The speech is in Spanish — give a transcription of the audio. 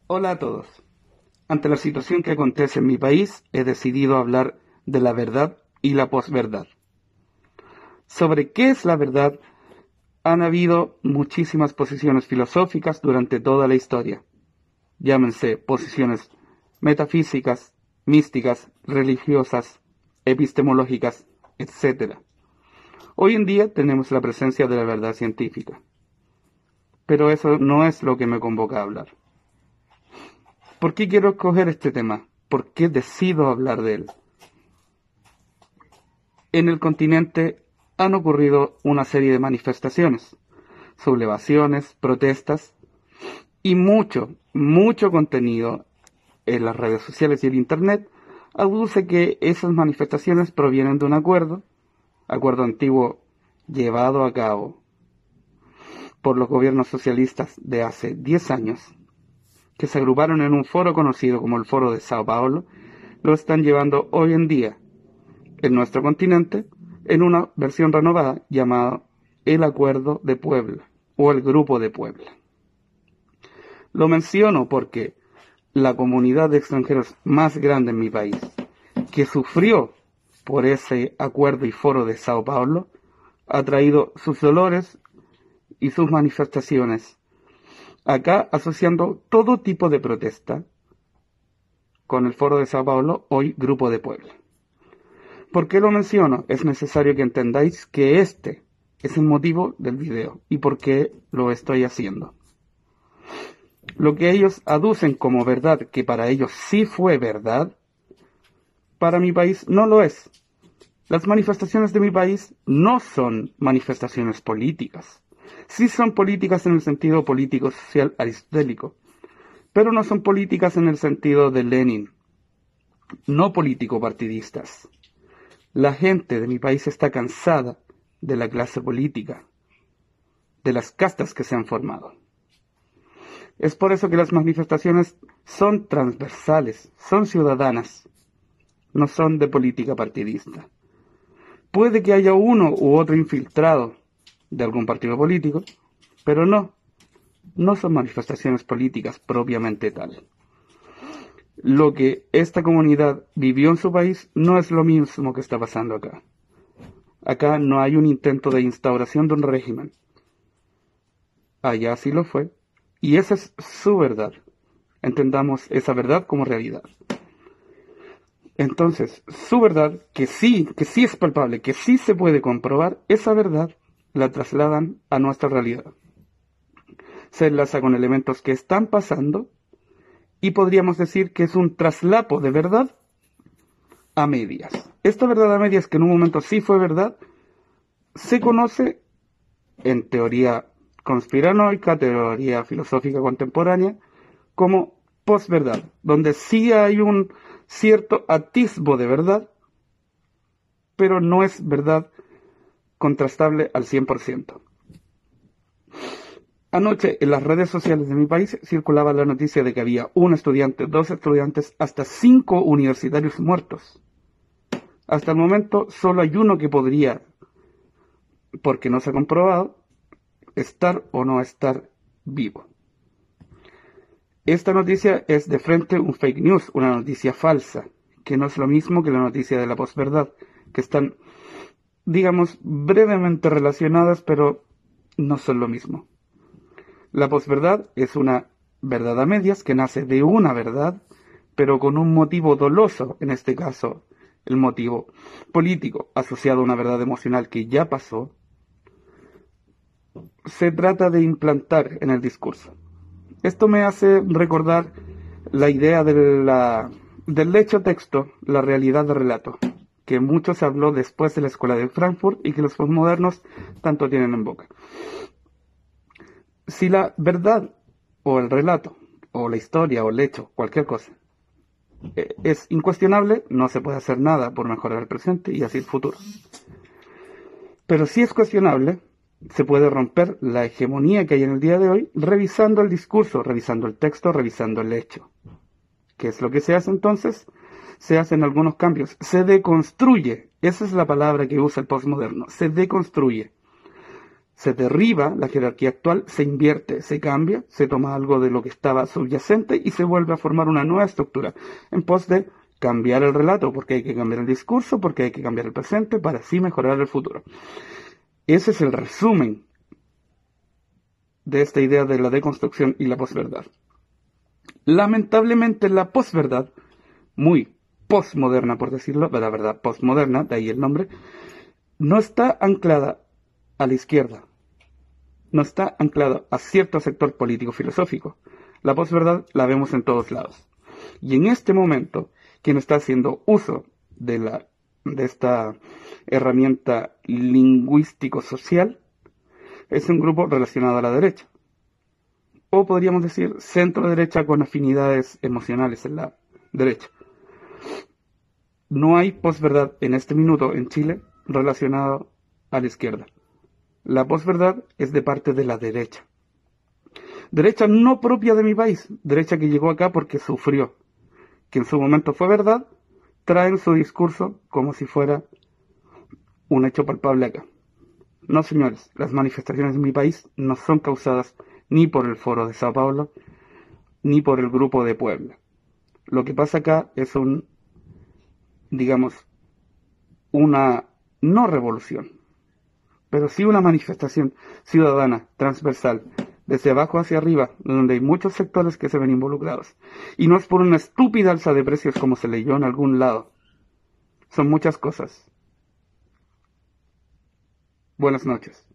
Hola a todos. Ante la situación que acontece en mi país, he decidido hablar de la verdad y la posverdad. Sobre qué es la verdad, han habido muchísimas posiciones filosóficas durante toda la historia. Llámense posiciones metafísicas, místicas, religiosas, epistemológicas, etc. Hoy en día tenemos la presencia de la verdad científica. Pero eso no es lo que me convoca a hablar. ¿Por qué quiero escoger este tema? ¿Por qué decido hablar de él? En el continente han ocurrido una serie de manifestaciones, sublevaciones, protestas y mucho contenido en las redes sociales y el Internet aduce que esas manifestaciones provienen de un acuerdo antiguo llevado a cabo por los gobiernos socialistas de hace 10 años, que se agruparon en un foro conocido como el Foro de Sao Paulo, lo están llevando hoy en día en nuestro continente en una versión renovada llamada el Acuerdo de Puebla o el Grupo de Puebla. Lo menciono porque la comunidad de extranjeros más grande en mi país, que sufrió por ese acuerdo y foro de Sao Paulo, ha traído sus dolores y sus manifestaciones acá, asociando todo tipo de protesta con el foro de Sao Paulo, hoy Grupo de Puebla. ¿Por qué lo menciono? Es necesario que entendáis que este es el motivo del video y por qué lo estoy haciendo. Lo que ellos aducen como verdad, que para ellos sí fue verdad, para mi país no lo es. Las manifestaciones de mi país no son manifestaciones políticas. Sí son políticas en el sentido político-social aristotélico, pero no son políticas en el sentido de Lenin, no político-partidistas. La gente de mi país está cansada de la clase política, de las castas que se han formado. Es por eso que las manifestaciones son transversales, son ciudadanas, no son de política partidista. Puede que haya uno u otro infiltrado de algún partido político, pero no son manifestaciones políticas propiamente tal. Lo que esta comunidad vivió en su país no es lo mismo que está pasando acá. Acá no hay un intento de instauración de un régimen. Allá sí lo fue. Y esa es su verdad. Entendamos esa verdad como realidad. Entonces, su verdad, que sí es palpable, que sí se puede comprobar, esa verdad la trasladan a nuestra realidad. Se enlaza con elementos que están pasando y podríamos decir que es un traslapo de verdad a medias. Esta verdad a medias, que en un momento sí fue verdad, se conoce en teoría conspiranoica, teoría filosófica contemporánea, como posverdad, donde sí hay un cierto atisbo de verdad, pero no es verdad contrastable al 100%. Anoche en las redes sociales de mi país circulaba la noticia de que había un estudiante, 2 estudiantes, hasta 5 universitarios muertos. Hasta el momento solo hay uno que podría, porque no se ha comprobado, estar o no estar vivo. Esta noticia es de frente un fake news, una noticia falsa, que no es lo mismo que la noticia de la posverdad, que están, digamos, brevemente relacionadas, pero no son lo mismo. La posverdad es una verdad a medias que nace de una verdad, pero con un motivo doloso, en este caso el motivo político, asociado a una verdad emocional que ya pasó. Se trata de implantar en el discurso. Esto me hace recordar la idea del hecho texto, la realidad de relato, que mucho se habló después de la escuela de Frankfurt y que los posmodernos tanto tienen en boca. Si la verdad o el relato o la historia o el hecho, cualquier cosa, es incuestionable, no se puede hacer nada por mejorar el presente y así el futuro. Pero si es cuestionable, se puede romper la hegemonía que hay en el día de hoy revisando el discurso, revisando el texto, revisando el hecho. ¿Qué es lo que se hace entonces? Se hacen algunos cambios, se deconstruye. Esa es la palabra que usa el postmoderno, se deconstruye. Se derriba la jerarquía actual, se invierte, se cambia, se toma algo de lo que estaba subyacente y se vuelve a formar una nueva estructura en pos de cambiar el relato, porque hay que cambiar el discurso, porque hay que cambiar el presente para así mejorar el futuro. Ese es el resumen de esta idea de la deconstrucción y la posverdad. Lamentablemente la posverdad, muy postmoderna por decirlo, la verdad postmoderna, de ahí el nombre, no está anclada a la izquierda, no está anclada a cierto sector político-filosófico. La posverdad la vemos en todos lados. Y en este momento, quien está haciendo uso de esta herramienta lingüístico-social es un grupo relacionado a la derecha. O podríamos decir centro-derecha con afinidades emocionales en la derecha. No hay posverdad en este minuto en Chile relacionado a la izquierda. La posverdad es de parte de la derecha. Derecha no propia de mi país, derecha que llegó acá porque sufrió, que en su momento fue verdad, traen su discurso como si fuera un hecho palpable acá. No, señores, las manifestaciones en mi país no son causadas ni por el Foro de Sao Paulo, ni por el Grupo de Puebla. Lo que pasa acá es digamos, una no revolución, pero sí una manifestación ciudadana, transversal, desde abajo hacia arriba, donde hay muchos sectores que se ven involucrados. Y no es por una estúpida alza de precios como se leyó en algún lado. Son muchas cosas. Buenas noches.